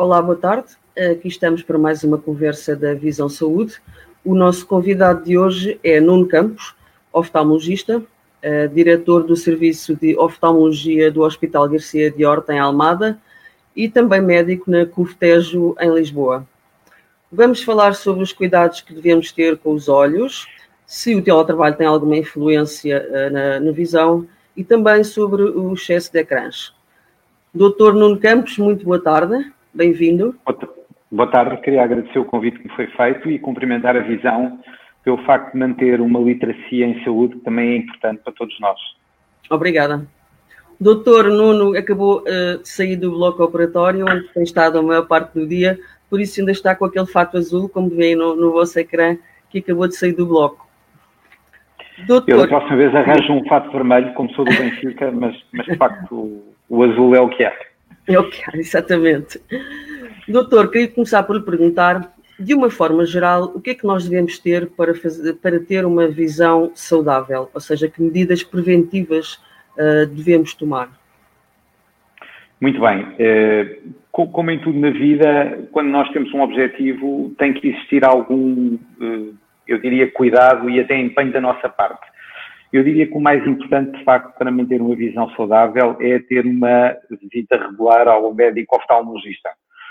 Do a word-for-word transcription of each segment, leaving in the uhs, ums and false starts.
Olá, boa tarde. Aqui estamos para mais uma conversa da Visão Saúde. O nosso convidado de hoje é Nuno Campos, oftalmologista, eh, diretor do Serviço de Oftalmologia do Hospital Garcia de Horta, em Almada, e também médico na C U F Tejo, em Lisboa. Vamos falar sobre os cuidados que devemos ter com os olhos, se o teletrabalho tem alguma influência uh, na, na visão, e também sobre o excesso de ecrãs. doutor Nuno Campos, muito boa tarde, bem-vindo. Boa tarde, queria agradecer o convite que me foi feito e cumprimentar a Visão pelo facto de manter uma literacia em saúde que também é importante para todos nós. Obrigada. doutor Nuno acabou uh, de sair do bloco operatório, onde tem estado a maior parte do dia, por isso ainda está com aquele fato azul, como veem no, no vosso ecrã, que acabou de sair do bloco. Doutor... Eu, da próxima vez, arranjo um fato vermelho, como sou do Benfica, mas, mas de facto, o, o azul é o que é. É o que é, exatamente. Doutor, queria começar por lhe perguntar, de uma forma geral, o que é que nós devemos ter para, fazer, para ter uma visão saudável? Ou seja, que medidas preventivas uh, devemos tomar? Muito bem. Uh, como em tudo na vida, quando nós temos um objetivo, tem que existir algum... Uh, eu diria, cuidado e até empenho da nossa parte. Eu diria que o mais importante, de facto, para manter uma visão saudável é ter uma visita regular ao médico oftalmologista.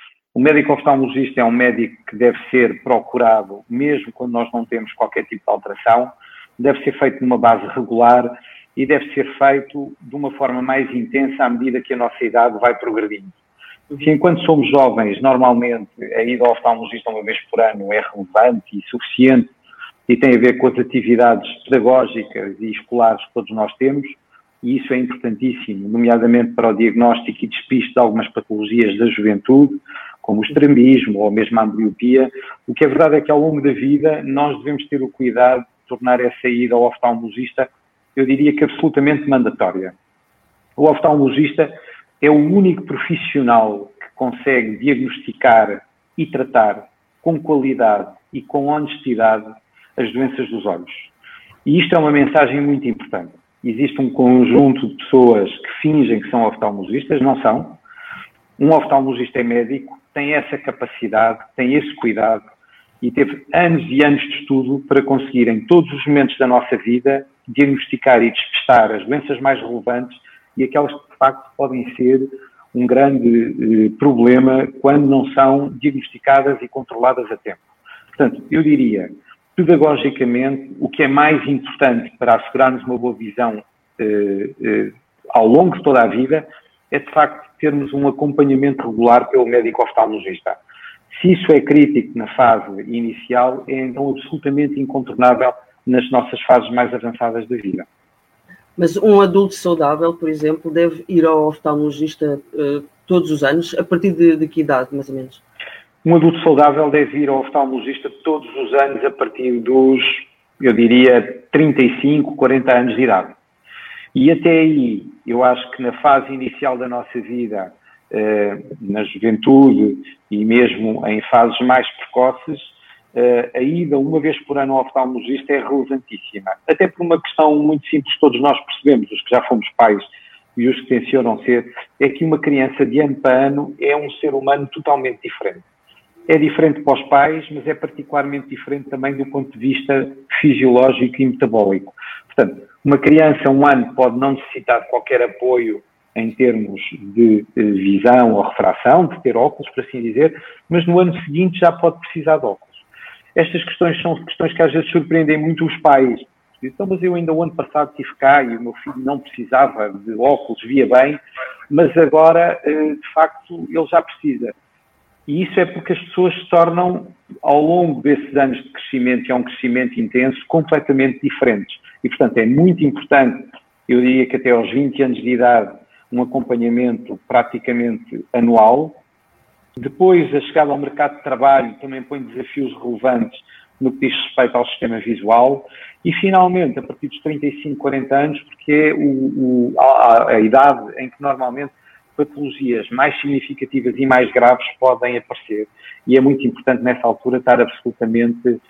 O médico oftalmologista é um médico que deve ser procurado, mesmo quando nós não temos qualquer tipo de alteração, deve ser feito numa base regular e deve ser feito de uma forma mais intensa à medida que a nossa idade vai progredindo. Se enquanto somos jovens, normalmente, a ida ao oftalmologista uma vez por ano é relevante e suficiente, e tem a ver com as atividades pedagógicas e escolares que todos nós temos, e isso é importantíssimo, nomeadamente para o diagnóstico e despiste de algumas patologias da juventude, como o estrabismo ou mesmo a ambliopia. O que é verdade é que ao longo da vida nós devemos ter o cuidado de tornar essa ida ao oftalmologista, eu diria que absolutamente mandatória. O oftalmologista é o único profissional que consegue diagnosticar e tratar com qualidade e com honestidade as doenças dos olhos. E isto é uma mensagem muito importante. Existe um conjunto de pessoas que fingem que são oftalmologistas, não são. Um oftalmologista é médico, tem essa capacidade, tem esse cuidado e teve anos e anos de estudo para conseguir, em todos os momentos da nossa vida, diagnosticar e despistar as doenças mais relevantes e aquelas que, de facto, podem ser um grande eh, problema quando não são diagnosticadas e controladas a tempo. Portanto, eu diria... pedagogicamente, o que é mais importante para assegurarmos uma boa visão eh, eh, ao longo de toda a vida é, de facto, termos um acompanhamento regular pelo médico oftalmologista. Se isso é crítico na fase inicial, é então absolutamente incontornável nas nossas fases mais avançadas da vida. Mas um adulto saudável, por exemplo, deve ir ao oftalmologista eh, todos os anos, a partir de, de que idade, mais ou menos? Um adulto saudável deve ir ao oftalmologista todos os anos a partir dos, eu diria, trinta e cinco, quarenta anos de idade. E até aí, eu acho que na fase inicial da nossa vida, eh, na juventude e mesmo em fases mais precoces, eh, a ida uma vez por ano ao oftalmologista é relevantíssima. Até por uma questão muito simples, todos nós percebemos, os que já fomos pais e os que tencionam ser, é que uma criança de ano para ano é um ser humano totalmente diferente. É diferente para os pais, mas é particularmente diferente também do ponto de vista fisiológico e metabólico. Portanto, uma criança, um ano, pode não necessitar de qualquer apoio em termos de visão ou refração, de ter óculos, por assim dizer, mas no ano seguinte já pode precisar de óculos. Estas questões são questões que às vezes surpreendem muito os pais. Então, mas eu ainda o ano passado estive cá e o meu filho não precisava de óculos, via bem, mas agora, de facto, ele já precisa. E isso é porque as pessoas se tornam, ao longo desses anos de crescimento, e é um crescimento intenso, completamente diferentes. E, portanto, é muito importante, eu diria que até aos vinte anos de idade, um acompanhamento praticamente anual. Depois, a chegada ao mercado de trabalho também põe desafios relevantes no que diz respeito ao sistema visual. E, finalmente, a partir dos trinta e cinco, quarenta anos, porque é o, o, a, a idade em que normalmente patologias mais significativas e mais graves podem aparecer. E é muito importante, nessa altura, estar absolutamente,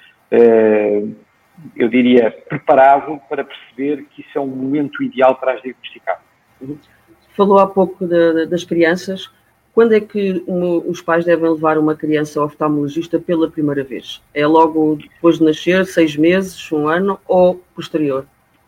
eh, eu diria, preparado para perceber que isso é um momento ideal para as diagnosticar. Falou há pouco de, de, das crianças. Quando é que um, os pais devem levar uma criança ao oftalmologista pela primeira vez? É logo depois de nascer, seis meses, um ano ou posterior?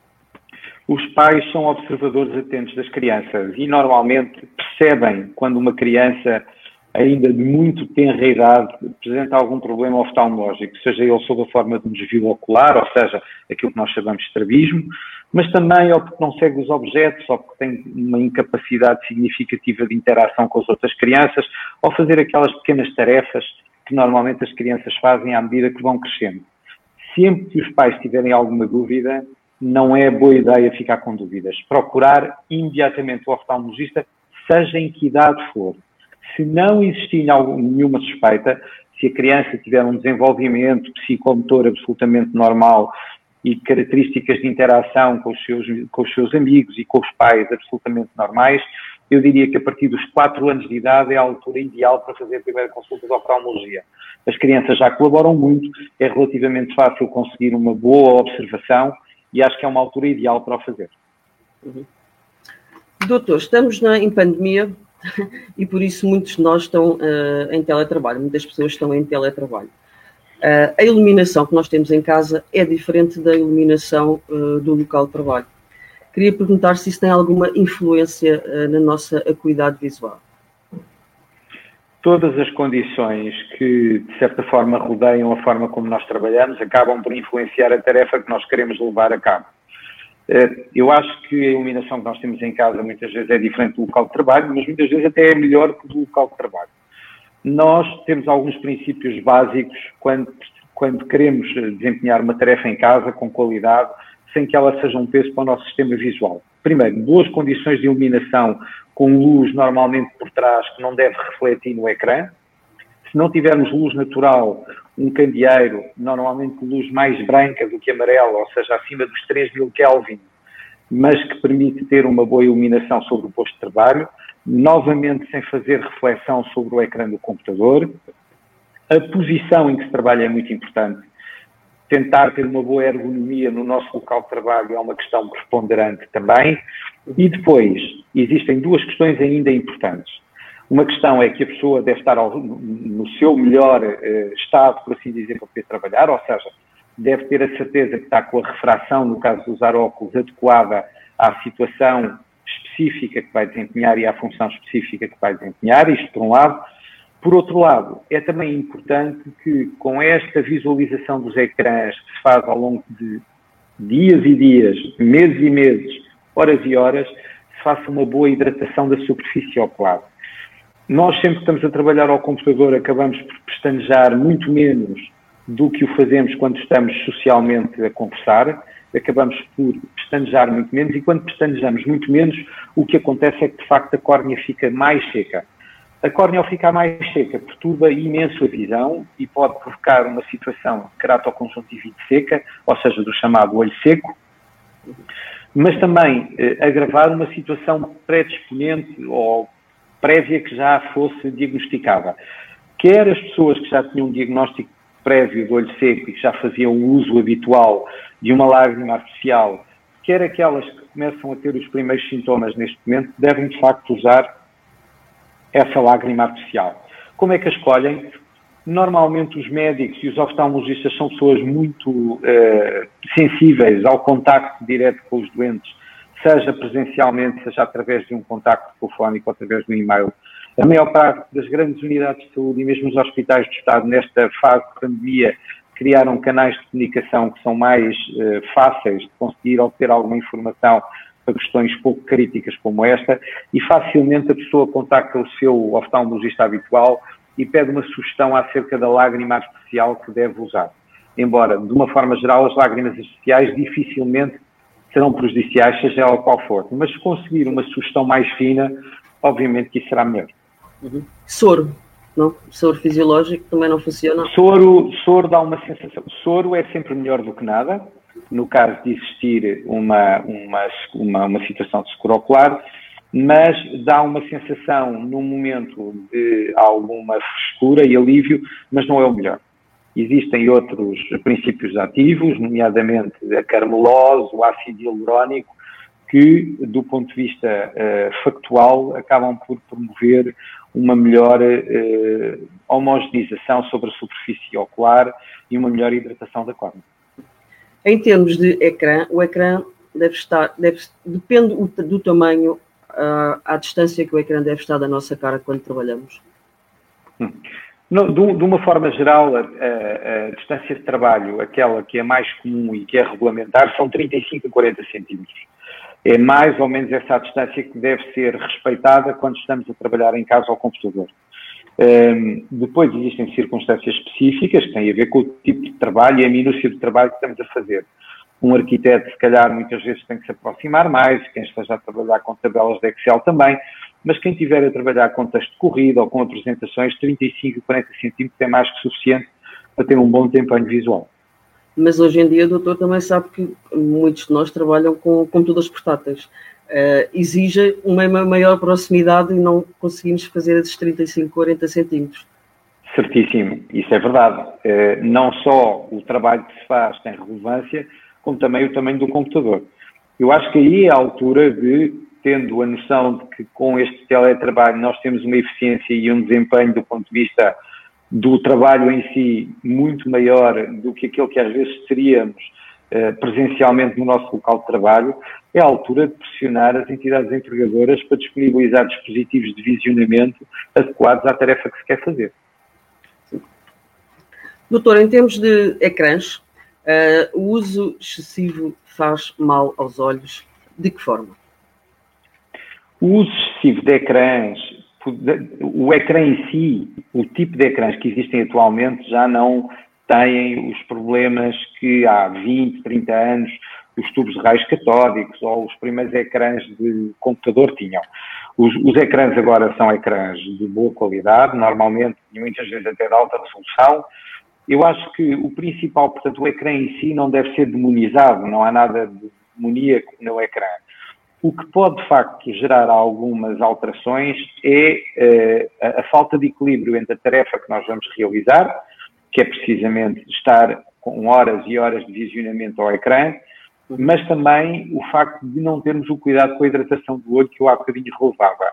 Os pais são observadores atentos das crianças e normalmente percebem quando uma criança ainda de muito tenra idade apresenta algum problema oftalmológico, seja ele sob a forma de um desvio ocular, ou seja, aquilo que nós chamamos de estrabismo, mas também ou porque não segue os objetos, ou porque tem uma incapacidade significativa de interação com as outras crianças, ou fazer aquelas pequenas tarefas que normalmente as crianças fazem à medida que vão crescendo. Sempre que os pais tiverem alguma dúvida, não é boa ideia ficar com dúvidas. Procurar imediatamente o oftalmologista, seja em que idade for. Se não existir nenhuma suspeita, se a criança tiver um desenvolvimento psicomotor absolutamente normal e características de interação com os seus, com os seus amigos e com os pais absolutamente normais, eu diria que a partir dos quatro anos de idade é a altura ideal para fazer a primeira consulta de oftalmologia. As crianças já colaboram muito, é relativamente fácil conseguir uma boa observação e acho que é uma altura ideal para o fazer. Uhum. Doutor, estamos na, em pandemia e por isso muitos de nós estão uh, em teletrabalho, muitas pessoas estão em teletrabalho. Uh, a iluminação que nós temos em casa é diferente da iluminação uh, do local de trabalho. Queria perguntar se isso tem alguma influência uh, na nossa acuidade visual. Todas as condições que, de certa forma, rodeiam a forma como nós trabalhamos acabam por influenciar a tarefa que nós queremos levar a cabo. Uh, eu acho que a iluminação que nós temos em casa muitas vezes é diferente do local de trabalho, mas muitas vezes até é melhor que do local de trabalho. Nós temos alguns princípios básicos quando, quando queremos desempenhar uma tarefa em casa com qualidade, sem que ela seja um peso para o nosso sistema visual. Primeiro, boas condições de iluminação com luz normalmente por trás que não deve refletir no ecrã. Se não tivermos luz natural, um candeeiro, normalmente luz mais branca do que amarela, ou seja, acima dos três mil Kelvin, mas que permite ter uma boa iluminação sobre o posto de trabalho, novamente sem fazer reflexão sobre o ecrã do computador. A posição em que se trabalha é muito importante. Tentar ter uma boa ergonomia no nosso local de trabalho é uma questão preponderante também. E depois, existem duas questões ainda importantes. Uma questão é que a pessoa deve estar ao, no seu melhor eh, estado, por assim dizer, para poder trabalhar, ou seja, deve ter a certeza que está com a refração, no caso de usar óculos, adequada à situação específica que vai desempenhar e à função específica que vai desempenhar, isto por um lado. Por outro lado, é também importante que com esta visualização dos ecrãs que se faz ao longo de dias e dias, meses e meses, horas e horas, se faça uma boa hidratação da superfície ocular. Nós sempre que estamos a trabalhar ao computador acabamos por pestanejar muito menos do que o fazemos quando estamos socialmente a conversar, acabamos por pestanejar muito menos e quando pestanejamos muito menos, o que acontece é que de facto a córnea fica mais seca. A córnea, ao ficar mais seca, perturba imenso a visão e pode provocar uma situação de keratoconjuntivite seca, ou seja, do chamado olho seco, mas também eh, agravar uma situação predisponente ou prévia que já fosse diagnosticada. Quer as pessoas que já tinham um diagnóstico prévio do olho seco e que já faziam o uso habitual de uma lágrima artificial, quer aquelas que começam a ter os primeiros sintomas neste momento, devem de facto usar essa lágrima artificial. Como é que a escolhem? Normalmente os médicos e os oftalmologistas são pessoas muito eh, sensíveis ao contacto direto com os doentes, seja presencialmente, seja através de um contacto telefónico ou através de um e-mail. A maior parte das grandes unidades de saúde e mesmo os hospitais do Estado, nesta fase de pandemia, criaram canais de comunicação que são mais eh, fáceis de conseguir obter alguma informação para questões pouco críticas como esta, e facilmente a pessoa contacta o seu oftalmologista habitual e pede uma sugestão acerca da lágrima artificial que deve usar. Embora, de uma forma geral, as lágrimas artificiais dificilmente serão prejudiciais, seja ela qual for. Mas se conseguir uma sugestão mais fina, obviamente que isso será melhor. Uhum. Soro, não? Soro fisiológico também não funciona? Soro, soro dá uma sensação. Soro é sempre melhor do que nada, no caso de existir uma, uma, uma, uma situação de secura ocular, mas dá uma sensação num momento de alguma frescura e alívio, mas não é o melhor. Existem outros princípios ativos, nomeadamente a carmelose, o ácido hialurónico, que, do ponto de vista uh, factual, acabam por promover uma melhor eh, homogeneização sobre a superfície ocular e uma melhor hidratação da córnea. Em termos de ecrã, o ecrã deve estar, deve, depende do, do tamanho, uh, à distância que o ecrã deve estar da nossa cara quando trabalhamos. Hum. No, de, de uma forma geral, a, a, a distância de trabalho, aquela que é mais comum e que é regulamentar, são trinta e cinco a quarenta centímetros. É mais ou menos essa a distância que deve ser respeitada quando estamos a trabalhar em casa ao computador. Um, depois existem circunstâncias específicas que têm a ver com o tipo de trabalho e a minúcia do trabalho que estamos a fazer. Um arquiteto, se calhar, muitas vezes tem que se aproximar mais, quem esteja a trabalhar com tabelas de Excel também, mas quem estiver a trabalhar com texto de corrida ou com apresentações, trinta e cinco a quarenta centímetros é mais que suficiente para ter um bom desempenho visual. Mas hoje em dia o doutor também sabe que muitos de nós trabalham com computadores portáteis. Uh, exige uma maior proximidade e não conseguimos fazer esses trinta e cinco a quarenta centímetros. Certíssimo, isso é verdade. Uh, não só o trabalho que se faz tem relevância, como também o tamanho do computador. Eu acho que aí é a altura de, tendo a noção de que com este teletrabalho nós temos uma eficiência e um desempenho do ponto de vista do trabalho em si muito maior do que aquele que às vezes teríamos uh, presencialmente no nosso local de trabalho, é a altura de pressionar as entidades empregadoras para disponibilizar dispositivos de visionamento adequados à tarefa que se quer fazer. Doutor, em termos de ecrãs, uh, o uso excessivo faz mal aos olhos? De que forma? O uso excessivo de ecrãs, o ecrã em si, o tipo de ecrãs que existem atualmente já não têm os problemas que há vinte, trinta anos os tubos de raios catódicos ou os primeiros ecrãs de computador tinham. Os, os ecrãs agora são ecrãs de boa qualidade, normalmente e muitas vezes até de alta resolução. Eu acho que o principal, portanto, o ecrã em si não deve ser demonizado, não há nada de demoníaco no ecrã. O que pode, de facto, gerar algumas alterações é uh, a, a falta de equilíbrio entre a tarefa que nós vamos realizar, que é precisamente estar com horas e horas de visionamento ao ecrã, mas também o facto de não termos o cuidado com a hidratação do olho que eu há bocadinho relevava.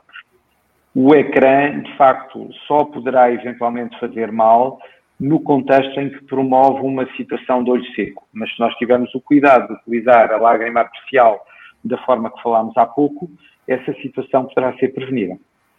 O ecrã, de facto, só poderá eventualmente fazer mal no contexto em que promove uma situação de olho seco. Mas se nós tivermos o cuidado de utilizar a lágrima artificial da forma que falámos há pouco, essa situação poderá ser prevenida.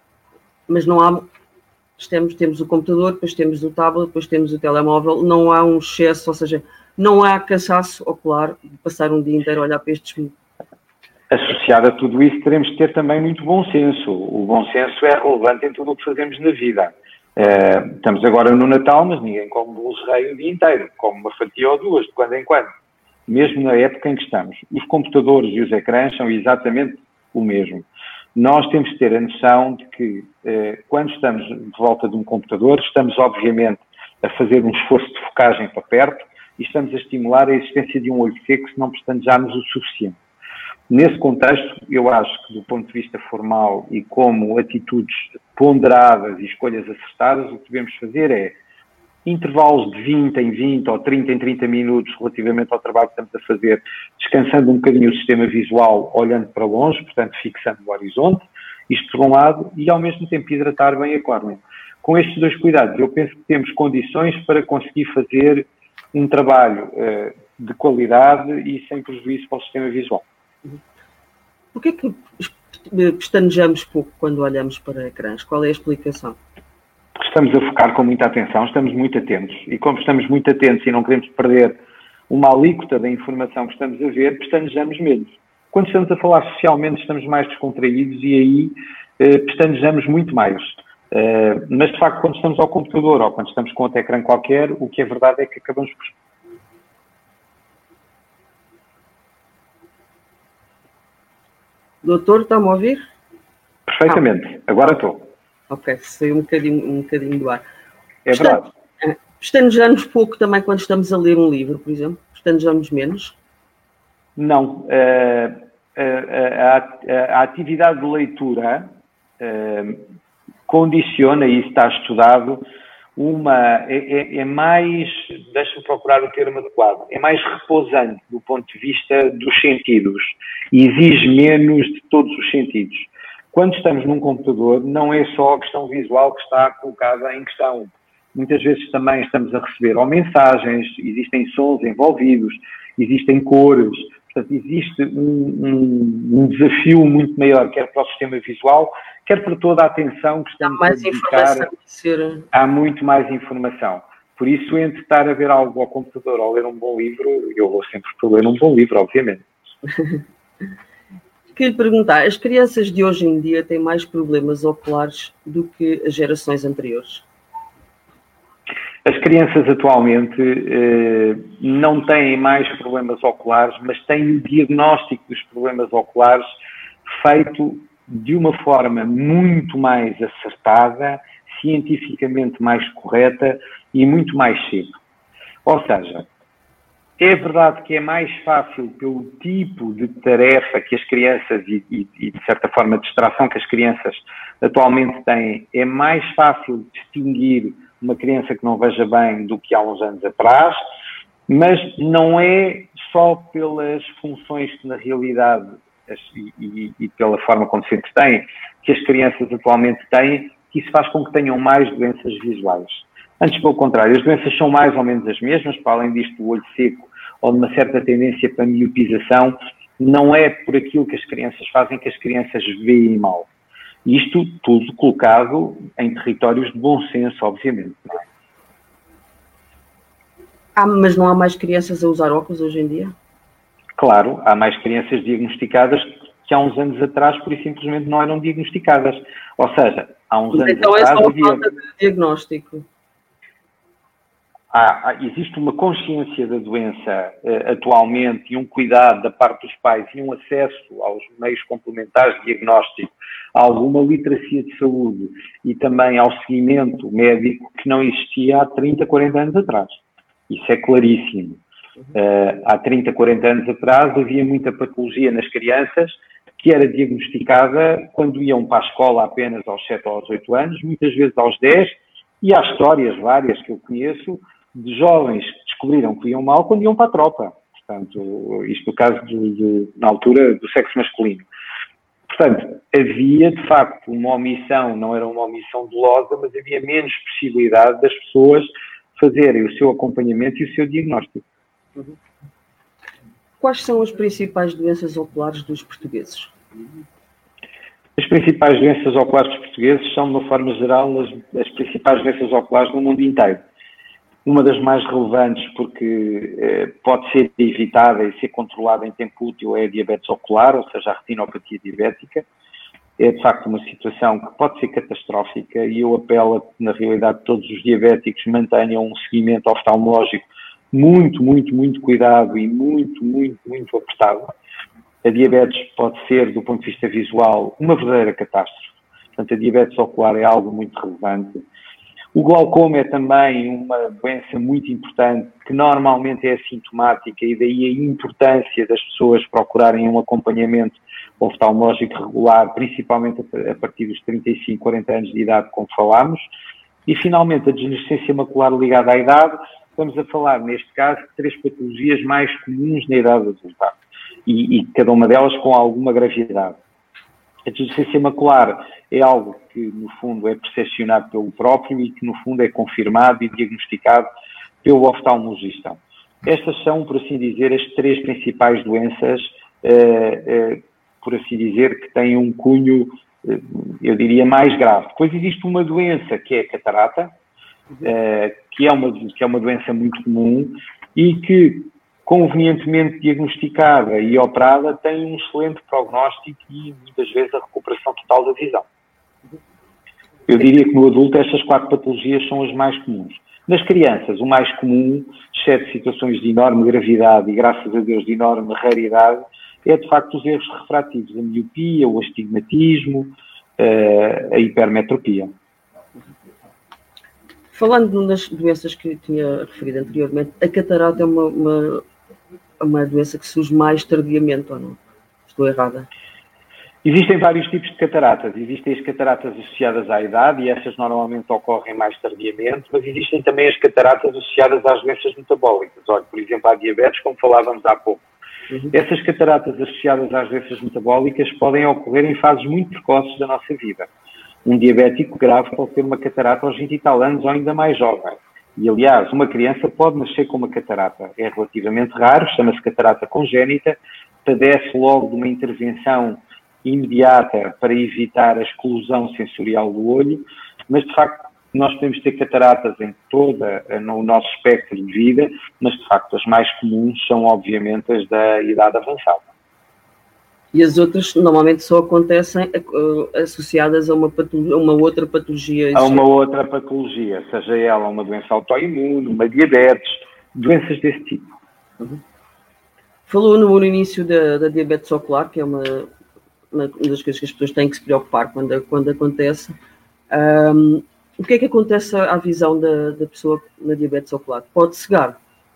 Mas não há... Temos, temos o computador, depois temos o tablet, depois temos o telemóvel, não há um excesso, ou seja, não há cansaço ocular de passar um dia inteiro a olhar para estes... Associado a tudo isso, teremos que ter também muito bom senso. O bom senso é relevante em tudo o que fazemos na vida. Uh, estamos agora no Natal, mas ninguém come bolos rei o dia inteiro, come uma fatia ou duas, de quando em quando. Mesmo na época em que estamos. Os computadores e os ecrãs são exatamente o mesmo. Nós temos que ter a noção de que, eh, quando estamos de volta de um computador, estamos, obviamente, a fazer um esforço de focagem para perto e estamos a estimular a existência de um olho seco se não pestanejarmos o suficiente. Nesse contexto, eu acho que, do ponto de vista formal e como atitudes ponderadas e escolhas acertadas, o que devemos fazer é intervalos de vinte em vinte ou trinta em trinta minutos relativamente ao trabalho que estamos a fazer, descansando um bocadinho o sistema visual, olhando para longe, portanto fixando o horizonte, isto por um lado, e ao mesmo tempo hidratar bem a córnea. Com estes dois cuidados, eu penso que temos condições para conseguir fazer um trabalho uh, de qualidade e sem prejuízo para o sistema visual. Por que é que pestanejamos pouco quando olhamos para ecrãs? Qual é a explicação? Estamos a focar com muita atenção, estamos muito atentos. E como estamos muito atentos e não queremos perder uma alíquota da informação que estamos a ver, pestanejamos menos. Quando estamos a falar socialmente, estamos mais descontraídos e aí eh, pestanejamos muito mais. Uh, mas, de facto, quando estamos ao computador ou quando estamos com outro ecrã qualquer, o que é verdade é que acabamos por... Doutor, está-me a ouvir? Perfeitamente. Ah. Agora estou. Ok, saiu um bocadinho, um bocadinho do ar. É verdade. Pestanejamos pouco também quando estamos a ler um livro, por exemplo? Pestanejamos menos? Não. Uh, a, a, a atividade de leitura uh, condiciona, e isso está estudado, uma, é, é mais, deixa-me procurar o termo adequado, é mais repousante do ponto de vista dos sentidos e exige menos de todos os sentidos. Quando estamos num computador, não é só a questão visual que está colocada em questão. Muitas vezes também estamos a receber ou mensagens, existem sons envolvidos, existem cores. Portanto, existe um, um, um desafio muito maior, quer para o sistema visual, quer para toda a atenção que estamos a dedicar. Ser... Há muito mais informação. Por isso, entre estar a ver algo ao computador ou ler um bom livro, eu vou sempre por ler um bom livro, obviamente. Queria lhe perguntar, as crianças de hoje em dia têm mais problemas oculares do que as gerações anteriores? As crianças atualmente eh, não têm mais problemas oculares, mas têm o diagnóstico dos problemas oculares feito de uma forma muito mais acertada, cientificamente mais correta e muito mais cedo. Ou seja, é verdade que é mais fácil pelo tipo de tarefa que as crianças e, e, e de certa forma, distração que as crianças atualmente têm, é mais fácil distinguir uma criança que não veja bem do que há uns anos atrás, mas não é só pelas funções que na realidade e, e, e pela forma como se entretêm que as crianças atualmente têm, que isso faz com que tenham mais doenças visuais. Antes, pelo contrário, as doenças são mais ou menos as mesmas, para além disto, o olho seco ou de uma certa tendência para miopização, não é por aquilo que as crianças fazem que as crianças veem mal. Isto tudo colocado em territórios de bom senso, obviamente. Não é? Ah, mas não há mais crianças a usar óculos hoje em dia? Claro, há mais crianças diagnosticadas que há uns anos atrás, por isso simplesmente não eram diagnosticadas. Ou seja, há uns mas anos então atrás... Então é só a havia... falta de diagnóstico. Há, há, existe uma consciência da doença uh, atualmente e um cuidado da parte dos pais e um acesso aos meios complementares de diagnóstico, a alguma literacia de saúde e também ao seguimento médico que não existia há trinta, quarenta anos atrás. Isso é claríssimo. Uh, há trinta, quarenta anos atrás havia muita patologia nas crianças que era diagnosticada quando iam para a escola apenas aos sete ou aos oito anos, muitas vezes aos dez, e há histórias várias que eu conheço de jovens que descobriram que iam mal quando iam para a tropa. Portanto, isto no caso, de, de, na altura, do sexo masculino. Portanto, havia, de facto, uma omissão, não era uma omissão dolosa, mas havia menos possibilidade das pessoas fazerem o seu acompanhamento e o seu diagnóstico. Uhum. Quais são as principais doenças oculares dos portugueses? As principais doenças oculares dos portugueses são, de uma forma geral, as, as principais doenças oculares no mundo inteiro. Uma das mais relevantes, porque eh, pode ser evitada e ser controlada em tempo útil, é a diabetes ocular, ou seja, a retinopatia diabética. É, de facto, uma situação que pode ser catastrófica e eu apelo a que, na realidade, todos os diabéticos mantenham um seguimento oftalmológico muito, muito, muito cuidado e muito, muito, muito apertado. A diabetes pode ser, do ponto de vista visual, uma verdadeira catástrofe. Portanto, a diabetes ocular é algo muito relevante. O glaucoma é também uma doença muito importante, que normalmente é assintomática e daí a importância das pessoas procurarem um acompanhamento oftalmológico regular, principalmente a partir dos trinta e cinco, quarenta anos de idade, como falámos. E, finalmente, a degenerescência macular ligada à idade. Estamos a falar, neste caso, de três patologias mais comuns na idade adulta. E, e cada uma delas com alguma gravidade. A degenerescência macular é algo que, no fundo, é percepcionado pelo próprio e que, no fundo, é confirmado e diagnosticado pelo oftalmologista. Estas são, por assim dizer, as três principais doenças, eh, eh, por assim dizer, que têm um cunho, eh, eu diria, mais grave. Depois existe uma doença que é a catarata, eh, que, é uma, que é uma doença muito comum e que, convenientemente diagnosticada e operada, tem um excelente prognóstico e, muitas vezes, a recuperação total da visão. Eu diria que no adulto estas quatro patologias são as mais comuns. Nas crianças, o mais comum, exceto situações de enorme gravidade e, graças a Deus, de enorme raridade, é, de facto, os erros refrativos, a miopia, o astigmatismo, a hipermetropia. Falando nas doenças que tinha referido anteriormente, a catarata é uma, uma, uma doença que surge mais tardiamente, ou não? Estou errada? Existem vários tipos de cataratas. Existem as cataratas associadas à idade e essas normalmente ocorrem mais tardiamente, mas existem também as cataratas associadas às doenças metabólicas. Olha, por exemplo, à diabetes, como falávamos há pouco. Uhum. Essas cataratas associadas às doenças metabólicas podem ocorrer em fases muito precoces da nossa vida. Um diabético grave pode ter uma catarata aos vinte e tal anos ou ainda mais jovem. E, aliás, uma criança pode nascer com uma catarata. É relativamente raro, chama-se catarata congénita, padece logo de uma intervenção imediata para evitar a exclusão sensorial do olho, mas, de facto, nós podemos ter cataratas em toda, no nosso espectro de vida, mas, de facto, as mais comuns são, obviamente, as da idade avançada. E as outras, normalmente, só acontecem uh, associadas a uma, patologia, a uma outra patologia. A uma outra patologia, seja ela uma doença autoimune, uma diabetes, doenças desse tipo. Uhum. Falou no início da, da diabetes ocular, que é uma, uma das coisas que as pessoas têm que se preocupar quando, quando acontece. Um, o que é que acontece à visão da, da pessoa na diabetes ocular? Pode cegar?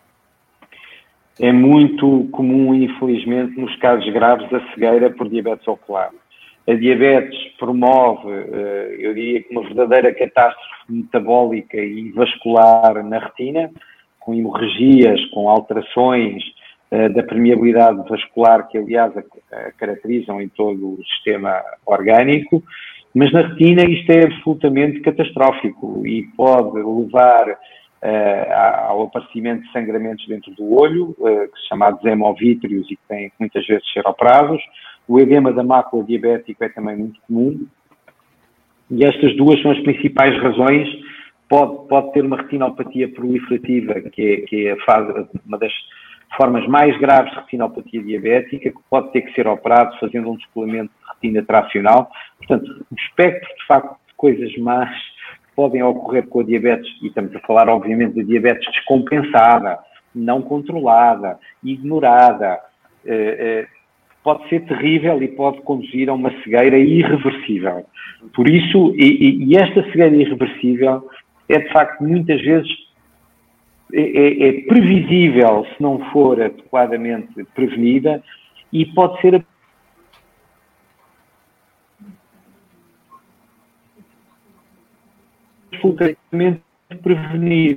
É muito comum, infelizmente, nos casos graves, a cegueira por diabetes ocular. A diabetes promove, eu diria que uma verdadeira catástrofe metabólica e vascular na retina, com hemorragias, com alterações da permeabilidade vascular, que, aliás, a caracterizam em todo o sistema orgânico, mas na retina isto é absolutamente catastrófico e pode levar Uh, ao aparecimento de sangramentos dentro do olho, uh, chamados hemovítreos e que têm muitas vezes ser operados. O edema da mácula diabética é também muito comum. E estas duas são as principais razões. Pode, pode ter uma retinopatia proliferativa, que é, que é a fase, uma das formas mais graves de retinopatia diabética, que pode ter que ser operado fazendo um descolamento de retina tracional. Portanto, o espectro, de facto, de coisas más podem ocorrer com a diabetes, e estamos a falar, obviamente, de diabetes descompensada, não controlada, ignorada, eh, eh, pode ser terrível e pode conduzir a uma cegueira irreversível. Por isso, e, e esta cegueira irreversível é, de facto, muitas vezes é, é, é previsível se não for adequadamente prevenida e pode ser absolutamente prevenida.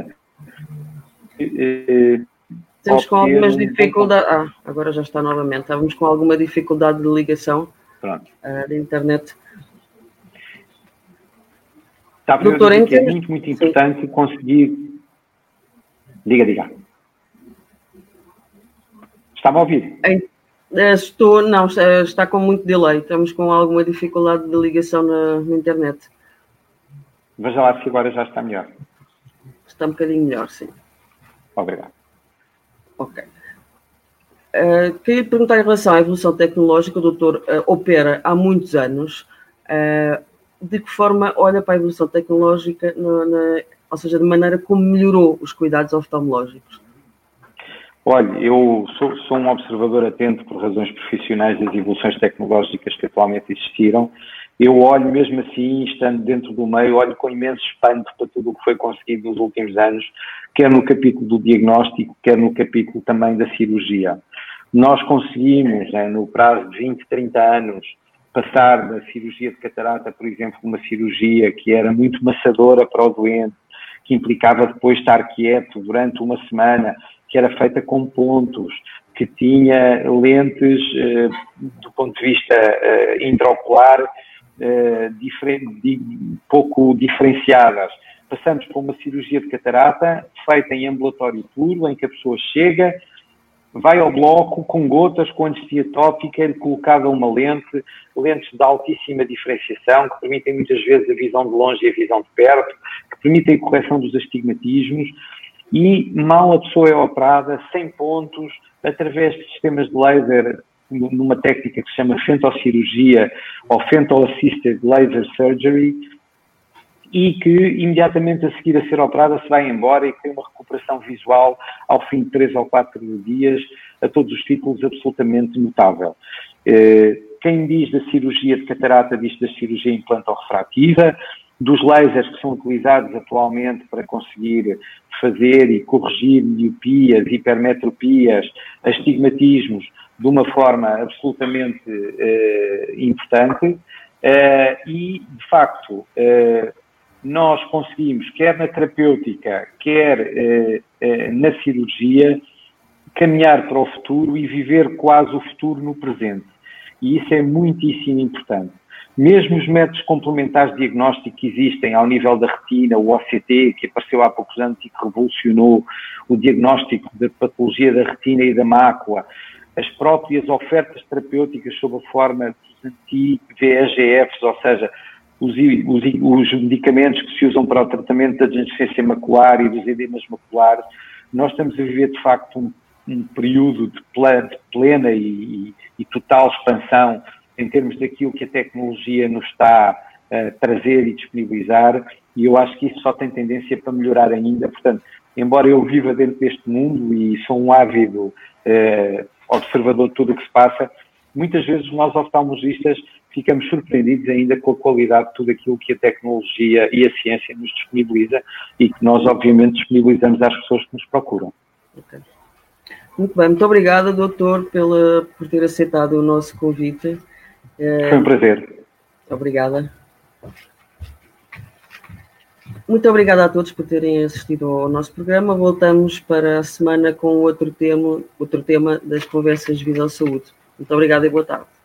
Estamos com algumas dificuldades. Ah, agora já está novamente. Estávamos com alguma dificuldade de ligação uh, da internet. Está a Doutor, é que é muito, muito importante Sim. conseguir. Diga, diga. Está-me a ouvir? Estou, não, está com muito delay. Estamos com alguma dificuldade de ligação na, na internet. Veja lá se agora já está melhor. Está um bocadinho melhor, sim. Obrigado. Ok. Uh, queria perguntar em relação à evolução tecnológica. O doutor uh, opera há muitos anos. Uh, de que forma olha para a evolução tecnológica, no, na, ou seja, de maneira como melhorou os cuidados oftalmológicos? Olha, eu sou, sou um observador atento por razões profissionais das evoluções tecnológicas que atualmente existiram. Eu olho mesmo assim, estando dentro do meio, olho com imenso espanto para tudo o que foi conseguido nos últimos anos, quer no capítulo do diagnóstico, quer no capítulo também da cirurgia. Nós conseguimos, né, no prazo de vinte, trinta anos, passar da cirurgia de catarata, por exemplo, uma cirurgia que era muito maçadora para o doente, que implicava depois estar quieto durante uma semana, que era feita com pontos, que tinha lentes, eh, do ponto de vista eh, intraocular, Uh, diferente, di, pouco diferenciadas. Passamos para uma cirurgia de catarata feita em ambulatório puro, em que a pessoa chega, vai ao bloco com gotas, com anestesia tópica, é colocada uma lente, lentes de altíssima diferenciação, que permitem muitas vezes a visão de longe e a visão de perto, que permitem a correção dos astigmatismos, e mal a pessoa é operada, sem pontos, através de sistemas de laser, numa técnica que se chama femtocirurgia ou femto-assisted laser surgery, e que imediatamente a seguir a ser operada se vai embora e tem uma recuperação visual ao fim de três ou quatro dias, a todos os títulos, absolutamente notável. Quem diz da cirurgia de catarata diz da cirurgia implantorrefrativa, dos lasers que são utilizados atualmente para conseguir fazer e corrigir miopias, hipermetropias, astigmatismos, de uma forma absolutamente eh, importante eh, e, de facto, eh, nós conseguimos, quer na terapêutica, quer eh, eh, na cirurgia, caminhar para o futuro e viver quase o futuro no presente. E isso é muitíssimo importante. Mesmo os métodos complementares de diagnóstico que existem ao nível da retina, o O C T, que apareceu há poucos anos e que revolucionou o diagnóstico da patologia da retina e da mácula, as próprias ofertas terapêuticas sob a forma dos anti-V E G Fs, ou seja, os, os, os medicamentos que se usam para o tratamento da degenerescência macular e dos edemas maculares, nós estamos a viver, de facto, um, um período de plena, de plena e, e, e total expansão em termos daquilo que a tecnologia nos está a trazer e disponibilizar, e eu acho que isso só tem tendência para melhorar ainda. Portanto, embora eu viva dentro deste mundo e sou um ávido eh, observador de tudo o que se passa, muitas vezes nós oftalmologistas ficamos surpreendidos ainda com a qualidade de tudo aquilo que a tecnologia e a ciência nos disponibiliza e que nós, obviamente, disponibilizamos às pessoas que nos procuram. Okay. Muito bem, muito obrigada, doutor, pela, por ter aceitado o nosso convite. Foi um prazer. Obrigada. Muito obrigada a todos por terem assistido ao nosso programa. Voltamos para a semana com outro tema, outro tema das conversas de Visão Saúde. Muito obrigada e boa tarde.